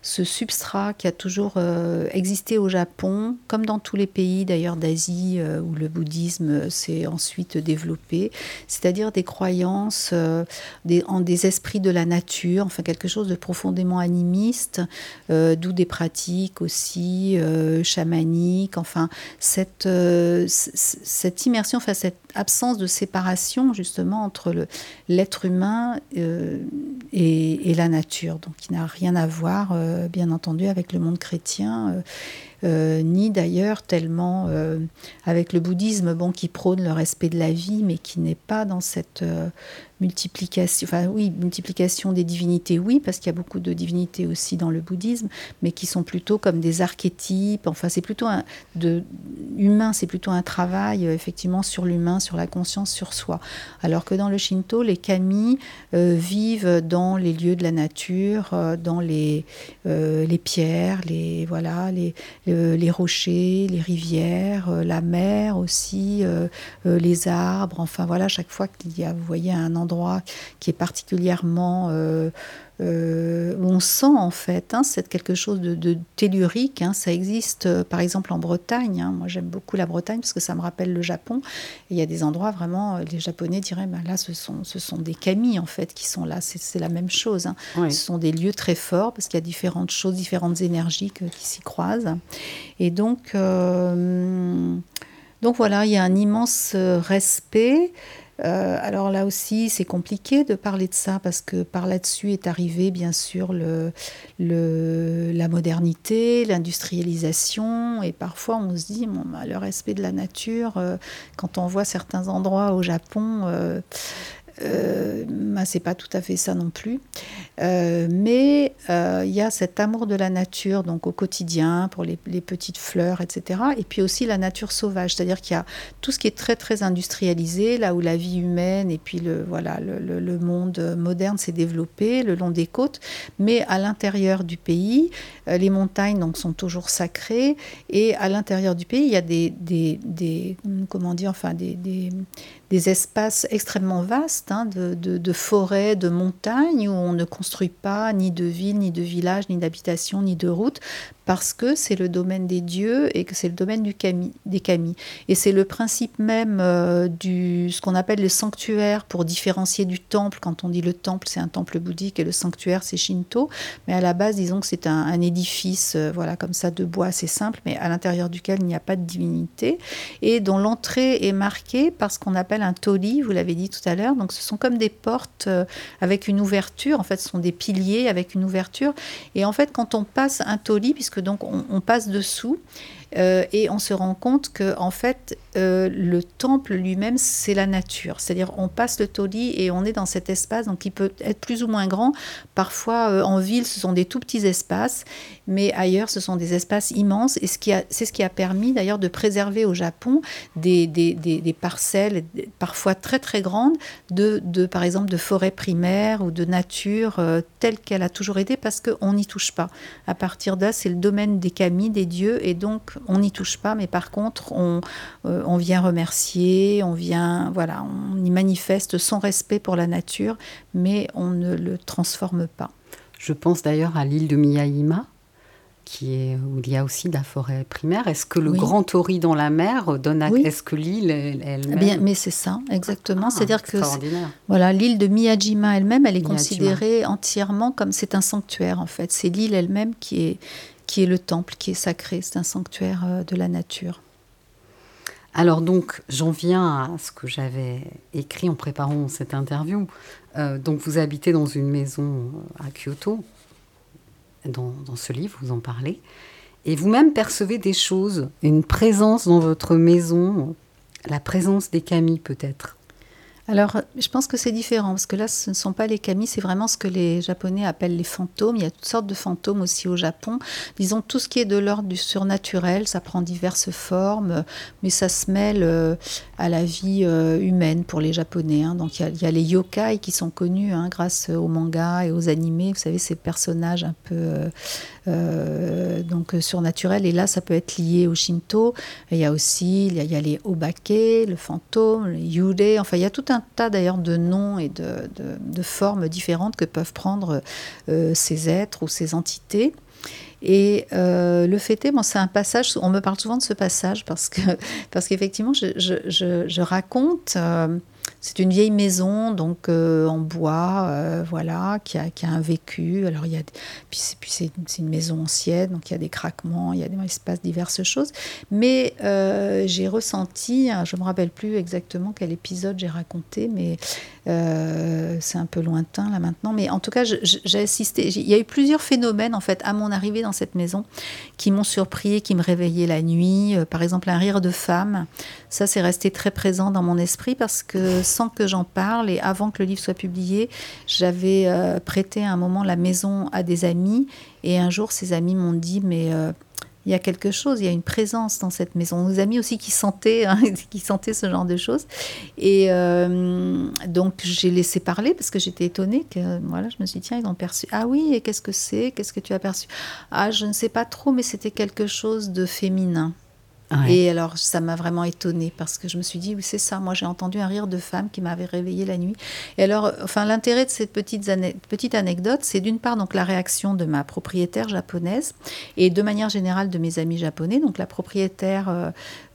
ce substrat qui a toujours euh, existé au Japon, comme dans tous les pays d'ailleurs d'Asie euh, où le bouddhisme s'est ensuite développé, c'est-à-dire des croyances euh, des, en des esprits de la nature, enfin quelque chose de profondément animiste, euh, d'où des pratiques aussi euh, chamaniques, enfin cette, euh, c- cette immersion, enfin cette absence de séparation justement entre le, l'être humain euh, et, et la nature, donc qui n'a rien à voir euh, bien entendu avec le monde chrétien, euh, euh, ni d'ailleurs tellement euh, avec le bouddhisme, bon, qui prône le respect de la vie, mais qui n'est pas dans cette euh, multiplication, enfin oui, multiplication des divinités, oui, parce qu'il y a beaucoup de divinités aussi dans le bouddhisme, mais qui sont plutôt comme des archétypes, enfin c'est plutôt un, de, humain, c'est plutôt un travail euh, effectivement sur l'humain, sur la conscience, sur soi. Alors que dans le Shinto, les kami euh, vivent dans les lieux de la nature, euh, dans les, euh, les pierres, les, voilà, les, les, les rochers, les rivières, euh, la mer aussi, euh, euh, les arbres, enfin voilà, chaque fois qu'il y a, vous voyez, un endroit qui est particulièrement euh, euh, où on sent en fait, hein, c'est quelque chose de, de tellurique, hein, ça existe euh, par exemple en Bretagne, hein, moi j'aime beaucoup la Bretagne parce que ça me rappelle le Japon, et il y a des endroits vraiment, les Japonais diraient, ben là ce sont, ce sont des kami en fait qui sont là, c'est, c'est la même chose, hein. Oui. Ce sont des lieux très forts parce qu'il y a différentes choses, différentes énergies que, qui s'y croisent, et donc, euh, donc voilà, il y a un immense respect. Euh, alors là aussi, c'est compliqué de parler de ça parce que par là-dessus est arrivé bien sûr le, le, la modernité, l'industrialisation, et parfois on se dit, bon, bah, le respect de la nature, euh, quand on voit certains endroits au Japon, euh, Euh, bah, c'est pas tout à fait ça non plus, euh, mais il euh, y a cet amour de la nature donc au quotidien pour les, les petites fleurs, etc., et puis aussi la nature sauvage, c'est-à-dire qu'il y a tout ce qui est très très industrialisé, là où la vie humaine et puis le, voilà, le, le, le monde moderne s'est développé le long des côtes, mais à l'intérieur du pays, euh, les montagnes donc sont toujours sacrées, et à l'intérieur du pays il y a des, des, des comment dire, enfin des, des des espaces extrêmement vastes, hein, de, de, de forêts, de montagnes, où on ne construit pas ni de villes, ni de villages, ni d'habitations, ni de routes, parce que c'est le domaine des dieux et que c'est le domaine du kami, des kami. Et c'est le principe même euh, du ce qu'on appelle le sanctuaire, pour différencier du temple. Quand on dit le temple, c'est un temple bouddhique, et le sanctuaire, c'est Shinto. Mais à la base, disons que c'est un, un édifice, euh, voilà, comme ça, de bois assez simple, mais à l'intérieur duquel il n'y a pas de divinité, et dont l'entrée est marquée par ce qu'on appelle un tori, vous l'avez dit tout à l'heure. Donc ce sont comme des portes euh, avec une ouverture. En fait, ce sont des piliers avec une ouverture. Et en fait, quand on passe un tori, puisque donc on, on passe dessous, euh, et on se rend compte que en fait euh, le temple lui-même c'est la nature, c'est-à-dire on passe le tori et on est dans cet espace, donc il peut être plus ou moins grand, parfois euh, en ville ce sont des tout petits espaces, mais ailleurs ce sont des espaces immenses, et ce qui a, c'est ce qui a permis d'ailleurs de préserver au Japon des, des, des, des parcelles parfois très très grandes de, de par exemple de forêts primaires ou de nature euh, telle qu'elle a toujours été, parce qu'on n'y touche pas. À partir de là, c'est le domaine des kami, des dieux, et donc on n'y touche pas, mais par contre on, euh, on vient remercier, on vient, voilà, on y manifeste son respect pour la nature, mais on ne le transforme pas. Je pense d'ailleurs à l'île de Miyajima, qui est, où il y a aussi de la forêt primaire. Est-ce que le oui. grand tori dans la mer donne à... Oui. Est-ce que l'île elle-même... Bien, mais c'est ça, exactement. Ah, c'est-à-dire que c'est, voilà, l'île de Miyajima elle-même, elle est Miyajima. considérée entièrement comme... C'est un sanctuaire, en fait. C'est l'île elle-même qui est, qui est le temple, qui est sacré. C'est un sanctuaire de la nature. Alors donc, j'en viens à ce que j'avais écrit en préparant cette interview. Euh, donc, vous habitez dans une maison à Kyoto. Dans, dans ce livre, vous en parlez. Et vous-même percevez des choses, une présence dans votre maison, la présence des kami peut-être. Alors, je pense que c'est différent, parce que là, ce ne sont pas les kami, c'est vraiment ce que les Japonais appellent les fantômes. Il y a toutes sortes de fantômes aussi au Japon. Disons, tout ce qui est de l'ordre du surnaturel, ça prend diverses formes, mais ça se mêle euh, à la vie euh, humaine pour les Japonais, hein. Donc, il y, a, il y a les yokai qui sont connus, hein, grâce aux mangas et aux animés. Vous savez, ces personnages un peu euh, euh, donc, surnaturels. Et là, ça peut être lié au Shinto. Et il y a aussi il y a, il y a les obake, le fantôme, les yurei. Enfin, il y a tout un un tas d'ailleurs de noms et de, de, de formes différentes que peuvent prendre euh, ces êtres ou ces entités. Et euh, le fait est, bon, c'est un passage, on me parle souvent de ce passage parce, que, parce qu'effectivement, je, je, je, je raconte, euh, c'est une vieille maison, donc euh, en bois, euh, voilà, qui a, qui a un vécu. Alors, il y a, puis c'est, puis c'est, c'est une maison ancienne, donc il y a des craquements, il, y a des, il se passe diverses choses. Mais euh, j'ai ressenti, je ne me rappelle plus exactement quel épisode j'ai raconté, mais euh, c'est un peu lointain là maintenant. Mais en tout cas, je, je, j'ai assisté, j'ai, il y a eu plusieurs phénomènes en fait à mon arrivée dans cette maison qui m'ont surpris, qui me réveillaient la nuit. Euh, par exemple, un rire de femme. Ça, c'est resté très présent dans mon esprit parce que sans que j'en parle et avant que le livre soit publié, j'avais euh, prêté à un moment la maison à des amis et un jour, ces amis m'ont dit « mais euh, il y a quelque chose, il y a une présence dans cette maison ». Nos amis aussi qui sentaient, hein, qui sentaient ce genre de choses. Et euh, donc, j'ai laissé parler parce que j'étais étonnée que, voilà, je me suis dit « tiens, ils ont perçu. Ah oui, et qu'est-ce que c'est ? Qu'est-ce que tu as perçu ?»« Ah, je ne sais pas trop, mais c'était quelque chose de féminin. » Ouais. Et alors, ça m'a vraiment étonnée parce que je me suis dit, oui, c'est ça. Moi, j'ai entendu un rire de femme qui m'avait réveillée la nuit. Et alors, enfin, l'intérêt de cette petite, ane- petite anecdote, c'est d'une part donc la réaction de ma propriétaire japonaise et de manière générale de mes amis japonais. Donc, la propriétaire euh,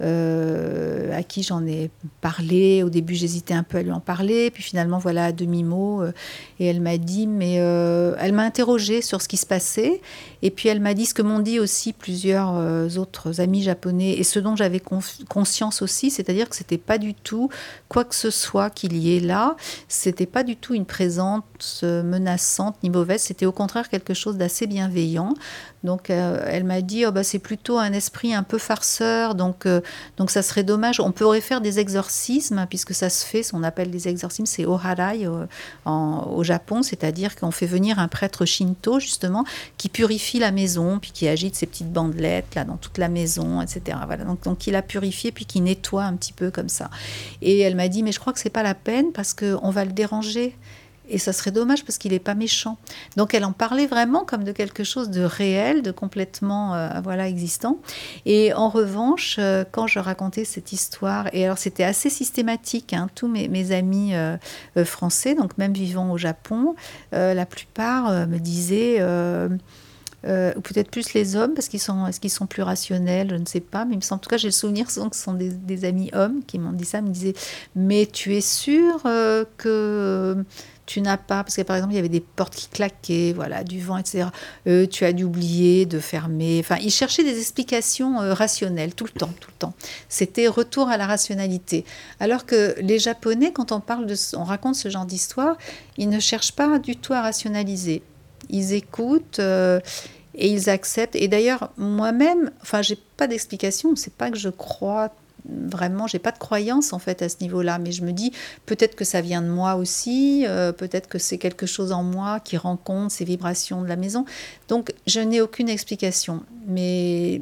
euh, à qui j'en ai parlé. Au début, j'hésitais un peu à lui en parler. Puis finalement, voilà, à demi-mot. Euh, et elle m'a dit, mais euh, elle m'a interrogée sur ce qui se passait. Et puis, elle m'a dit ce que m'ont dit aussi plusieurs euh, autres amis japonais. Et ce dont j'avais conf- conscience aussi, c'est-à-dire que c'était pas du tout quoi que ce soit qu'il y ait là, c'était pas du tout une présence menaçante ni mauvaise, c'était au contraire quelque chose d'assez bienveillant. Donc euh, elle m'a dit oh, bah, c'est plutôt un esprit un peu farceur, donc, euh, donc ça serait dommage, on pourrait faire des exorcismes, puisque ça se fait, ce qu'on appelle des exorcismes, c'est oharai euh, en, au Japon, c'est-à-dire qu'on fait venir un prêtre shinto justement, qui purifie la maison, puis qui agite ses petites bandelettes là, dans toute la maison, et cetera. Voilà. Donc, donc il a purifié, puis qui nettoie un petit peu comme ça. Et elle m'a dit mais je crois que c'est pas la peine, parce qu'on va le déranger. Et ça serait dommage parce qu'il n'est pas méchant. Donc elle en parlait vraiment comme de quelque chose de réel, de complètement euh, voilà, existant. Et en revanche, euh, quand je racontais cette histoire, et alors c'était assez systématique, hein, tous mes, mes amis euh, euh, français, donc même vivant au Japon, euh, la plupart euh, me disaient... Euh, Euh, ou peut-être plus les hommes, parce qu'ils sont, est-ce qu'ils sont plus rationnels, je ne sais pas, mais il me semble, en tout cas j'ai le souvenir que ce sont des, des amis hommes qui m'ont dit ça, me disaient mais tu es sûr euh, que tu n'as pas, parce que par exemple il y avait des portes qui claquaient, voilà, du vent, et cetera. Euh, tu as dû oublier de fermer, enfin ils cherchaient des explications euh, rationnelles tout le temps, tout le temps. C'était retour à la rationalité. Alors que les Japonais, quand on parle de, on raconte ce genre d'histoire, ils ne cherchent pas du tout à rationaliser. Ils écoutent euh, et ils acceptent. Et d'ailleurs, moi-même, enfin, j'ai pas d'explication. C'est pas que je crois vraiment, j'ai pas de croyance en fait à ce niveau-là. Mais je me dis, peut-être que ça vient de moi aussi. Euh, peut-être que c'est quelque chose en moi qui rend compte ces vibrations de la maison. Donc, je n'ai aucune explication. Mais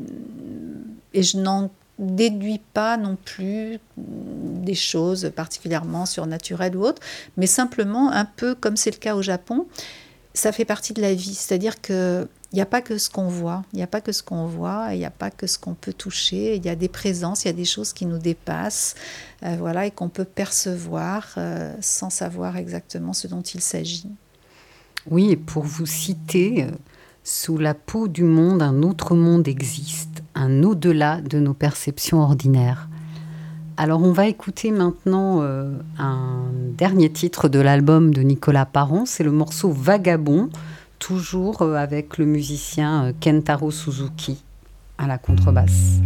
et je n'en déduis pas non plus des choses particulièrement surnaturelles ou autres, mais simplement un peu comme c'est le cas au Japon. Ça fait partie de la vie, c'est-à-dire qu'il n'y a pas que ce qu'on voit, il n'y a pas que ce qu'on voit, il n'y a pas que ce qu'on peut toucher, il y a des présences, il y a des choses qui nous dépassent, euh, voilà, et qu'on peut percevoir euh, sans savoir exactement ce dont il s'agit. Oui, et pour vous citer, euh, sous la peau du monde, un autre monde existe, un au-delà de nos perceptions ordinaires. Alors on va écouter maintenant euh, un dernier titre de l'album de Nicolas Parent, c'est le morceau Vagabond, toujours euh, avec le musicien euh, Kentaro Suzuki à la contrebasse.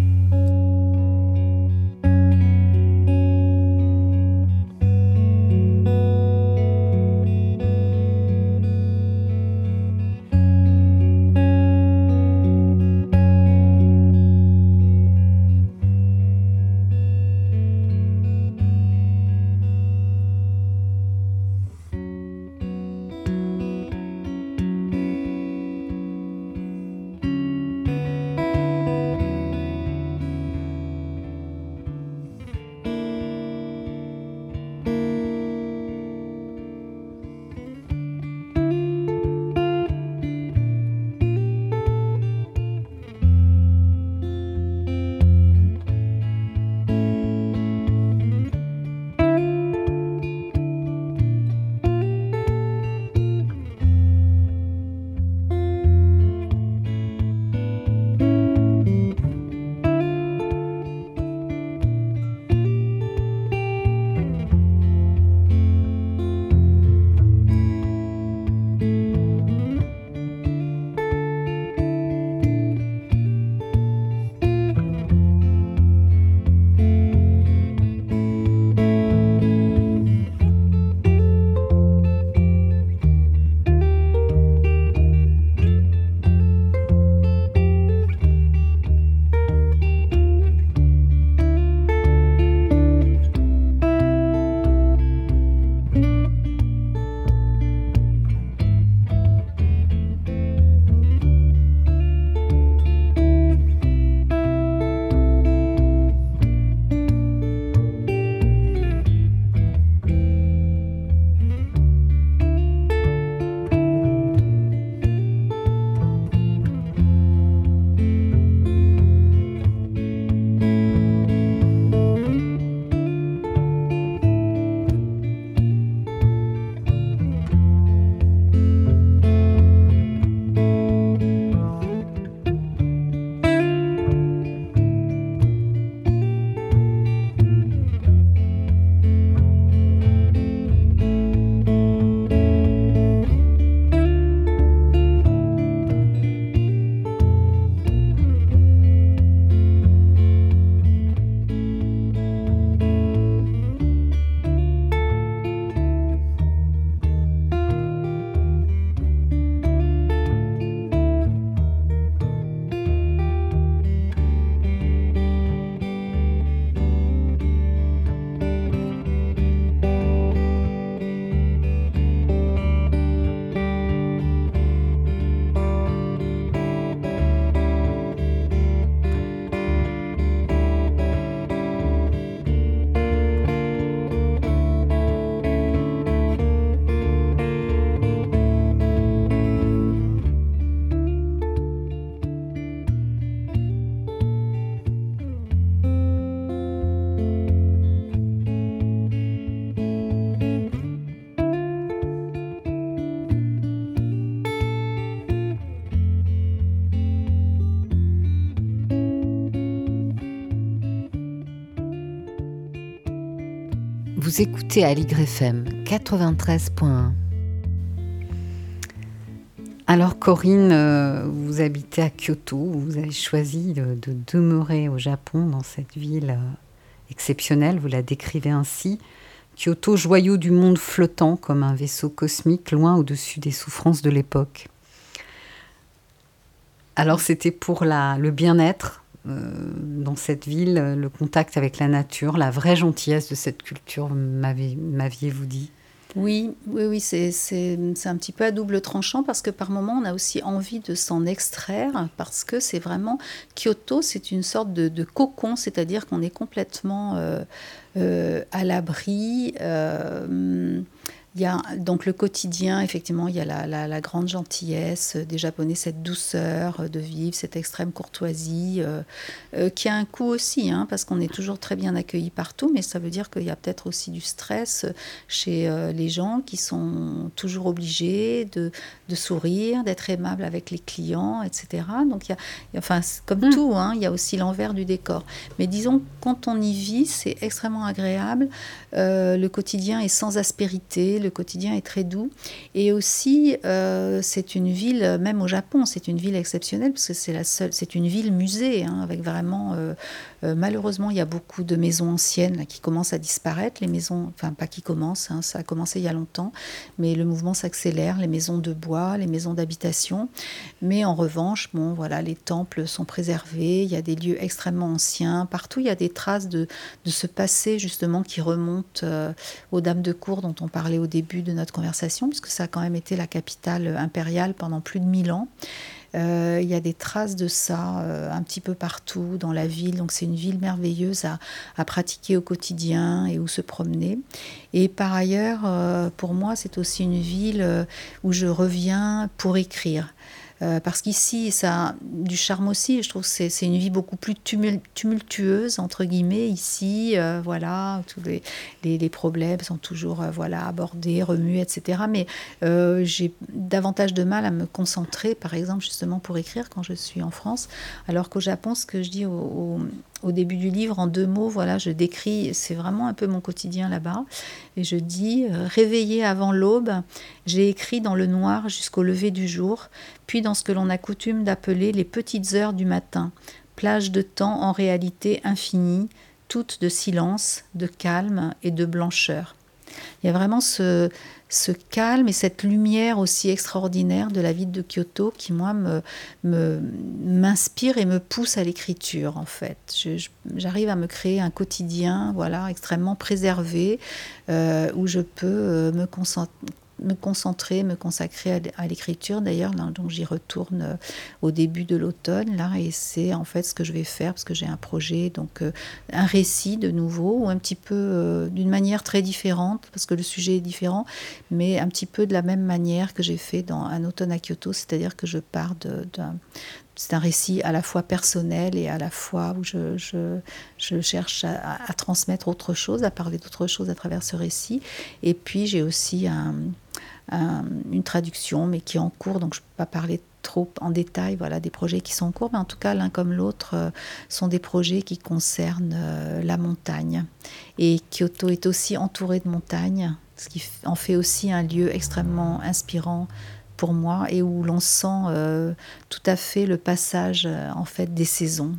Vous écoutez Aligre F M quatre-vingt-treize point un. Alors Corinne, euh, vous habitez à Kyoto, vous avez choisi de, de demeurer au Japon, dans cette ville euh, exceptionnelle, vous la décrivez ainsi. Kyoto, joyau du monde flottant comme un vaisseau cosmique loin au-dessus des souffrances de l'époque. Alors c'était pour la, le bien-être euh, dans cette ville, le contact avec la nature, la vraie gentillesse de cette culture, m'avez, m'aviez-vous dit ? Oui, oui, oui, c'est, c'est, c'est un petit peu à double tranchant parce que par moments, on a aussi envie de s'en extraire parce que c'est vraiment... Kyoto, c'est une sorte de, de cocon, c'est-à-dire qu'on est complètement euh, euh, à l'abri. Euh, il y a donc le quotidien, effectivement, il y a la, la, la grande gentillesse des Japonais, cette douceur de vivre, cette extrême courtoisie, euh, euh, qui a un coût aussi, hein, parce qu'on est toujours très bien accueillis partout, mais ça veut dire qu'il y a peut-être aussi du stress chez euh, les gens qui sont toujours obligés de, de sourire, d'être aimables avec les clients, et cetera. Donc, il y a, enfin, comme mmh. tout, hein, il y a aussi l'envers du décor. Mais disons, quand on y vit, c'est extrêmement agréable. Euh, le quotidien est sans aspérité. Le quotidien est très doux. Et aussi, euh, c'est une ville, même au Japon, c'est une ville exceptionnelle, parce que c'est, la seule, c'est une ville musée, hein, avec vraiment... Euh, euh, malheureusement, il y a beaucoup de maisons anciennes là, qui commencent à disparaître. Les maisons, enfin, pas qui commencent, hein, ça a commencé il y a longtemps, mais le mouvement s'accélère. Les maisons de bois, les maisons d'habitation. Mais en revanche, bon, voilà, les temples sont préservés. Il y a des lieux extrêmement anciens. Partout, il y a des traces de, de ce passé, justement, qui remonte euh, aux Dames de Cour, dont on parlait au début de notre conversation, puisque ça a quand même été la capitale impériale pendant plus de mille ans. Euh, il y a des traces de ça euh, un petit peu partout dans la ville. Donc c'est une ville merveilleuse à, à pratiquer au quotidien et où se promener. Et par ailleurs, euh, pour moi, c'est aussi une ville euh, où je reviens pour écrire. Euh, parce qu'ici, ça a du charme aussi. Je trouve que c'est, c'est une vie beaucoup plus tumultueuse, entre guillemets. Ici, euh, voilà, tous les, les, les problèmes sont toujours euh, voilà, abordés, remués, et cetera. Mais euh, j'ai davantage de mal à me concentrer, par exemple, justement pour écrire quand je suis en France. Alors qu'au Japon, ce que je dis au, au, au début du livre, en deux mots, voilà, je décris, c'est vraiment un peu mon quotidien là-bas. Et je dis, euh, réveillée avant l'aube, j'ai écrit dans le noir jusqu'au lever du jour, puis dans ce que l'on a coutume d'appeler les petites heures du matin, plage de temps en réalité infinie, toutes de silence, de calme et de blancheur. Il y a vraiment ce, ce calme et cette lumière aussi extraordinaire de la ville de Kyoto qui, moi, me, me, m'inspire et me pousse à l'écriture, en fait. Je, je, j'arrive à me créer un quotidien voilà, extrêmement préservé euh, où je peux euh, me concentrer me concentrer, me consacrer à l'écriture. D'ailleurs, là, donc j'y retourne euh, au début de l'automne, là, et c'est en fait ce que je vais faire, parce que j'ai un projet, donc euh, un récit de nouveau, ou un petit peu euh, d'une manière très différente, parce que le sujet est différent, mais un petit peu de la même manière que j'ai fait dans Un automne à Kyoto, c'est-à-dire que je pars de, d'un... C'est un récit à la fois personnel et à la fois où je, je, je cherche à, à transmettre autre chose, à parler d'autre chose à travers ce récit. Et puis j'ai aussi un, un, une traduction, mais qui est en cours, donc je ne peux pas parler trop en détail voilà, des projets qui sont en cours, mais en tout cas, l'un comme l'autre euh, sont des projets qui concernent euh, la montagne. Et Kyoto est aussi entouré de montagnes, ce qui en fait aussi un lieu extrêmement inspirant pour moi, et où l'on sent euh, tout à fait le passage euh, en fait des saisons.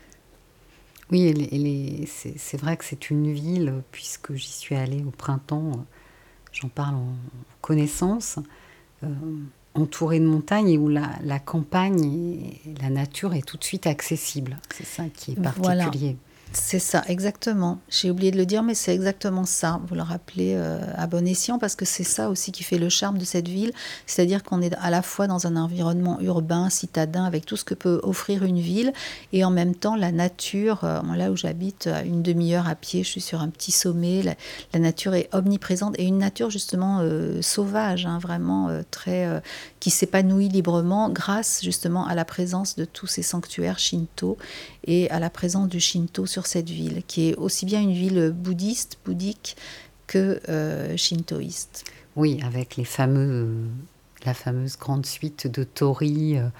Oui, elle, elle est, c'est, c'est vrai que c'est une ville, puisque j'y suis allée au printemps, j'en parle en connaissance, euh, entourée de montagnes et où la, la campagne et la nature est tout de suite accessible. C'est ça qui est particulier. Voilà. C'est ça, exactement. J'ai oublié de le dire, mais c'est exactement ça. Vous le rappelez euh, à bon escient, parce que c'est ça aussi qui fait le charme de cette ville. C'est-à-dire qu'on est à la fois dans un environnement urbain, citadin, avec tout ce que peut offrir une ville, et en même temps, la nature, euh, là où j'habite, à une demi-heure à pied, je suis sur un petit sommet, la, la nature est omniprésente, et une nature justement euh, sauvage, hein, vraiment euh, très... Euh, qui s'épanouit librement grâce justement à la présence de tous ces sanctuaires shinto et à la présence du shinto sur cette ville, qui est aussi bien une ville bouddhiste, bouddhique, que euh, shintoïste. Oui, avec les fameux, la fameuse grande suite de torii, euh,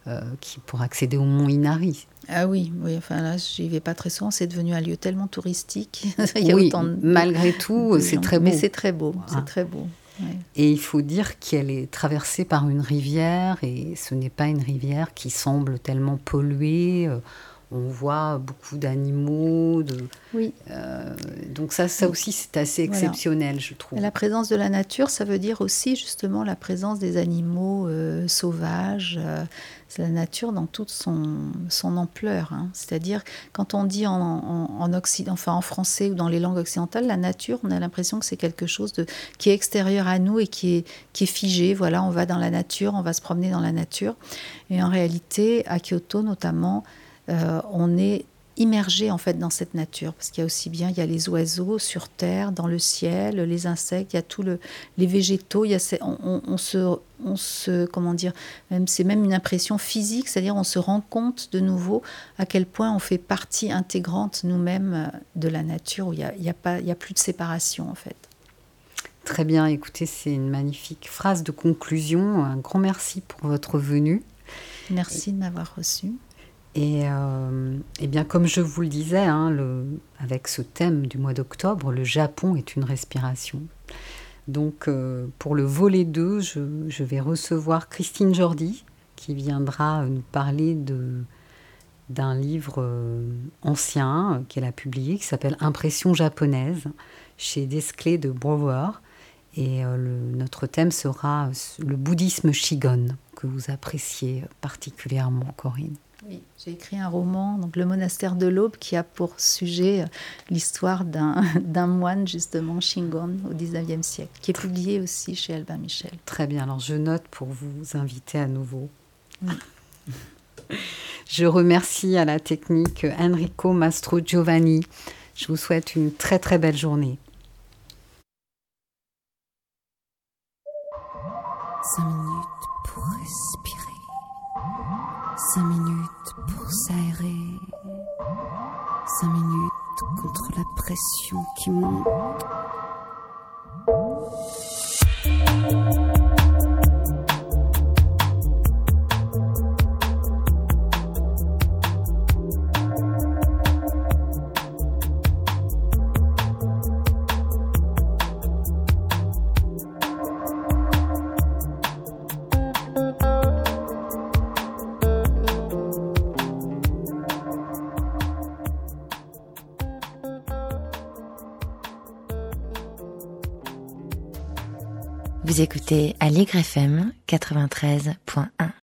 euh, qui, pour accéder au mont Inari. Ah oui, oui, enfin là, j'y vais pas très souvent, c'est devenu un lieu tellement touristique. Il y a oui, autant de, malgré tout, de c'est gens. très beau. Mais c'est très beau, Ah. c'est très beau. Ouais. Et il faut dire qu'elle est traversée par une rivière, et ce n'est pas une rivière qui semble tellement polluée. On voit beaucoup d'animaux. De, oui. Euh, donc ça, ça aussi, c'est assez exceptionnel, voilà. Je trouve. Et la présence de la nature, ça veut dire aussi justement la présence des animaux euh, sauvages. Euh, c'est la nature dans toute son, son ampleur. Hein. C'est-à-dire, quand on dit en, en, en, Occident, enfin en français ou dans les langues occidentales, la nature, on a l'impression que c'est quelque chose de, qui est extérieur à nous et qui est, qui est figé. Voilà, on va dans la nature, on va se promener dans la nature. Et en réalité, à Kyoto notamment, Euh, on est immergé en fait dans cette nature, parce qu'il y a aussi bien, il y a les oiseaux sur terre, dans le ciel, les insectes, il y a tous le, les végétaux, il y a ces, on, on, on se, on se, comment dire, même, c'est même une impression physique, c'est-à-dire on se rend compte de nouveau à quel point on fait partie intégrante nous-mêmes de la nature, où il y a, il y a pas, il y a plus de séparation en fait. Très bien, écoutez, c'est une magnifique phrase de conclusion. Un grand merci pour votre venue. Merci de m'avoir reçue. Et, euh, et bien, comme je vous le disais, hein, le, avec ce thème du mois d'octobre, le Japon est une respiration. Donc, euh, pour le volet deux, je, je vais recevoir Christine Jordi, qui viendra nous parler de, d'un livre euh, ancien euh, qu'elle a publié, qui s'appelle « Impression japonaise » chez Desclés de Brouwer. Et euh, le, notre thème sera le bouddhisme Shigon, que vous appréciez particulièrement, Corinne. Oui, j'ai écrit un roman, donc Le monastère de l'Aube, qui a pour sujet l'histoire d'un, d'un moine, justement, Shingon, au dix-neuvième siècle, qui est publié aussi chez Albin Michel. Très bien, alors je note pour vous inviter à nouveau. Oui. Je remercie à la technique Enrico Mastro Giovanni. Je vous souhaite une très très belle journée. Cinq minutes pour respirer. Cinq minutes pour s'aérer. Cinq minutes contre la pression qui monte. Vous écoutez Aligre F M quatre-vingt-treize point un.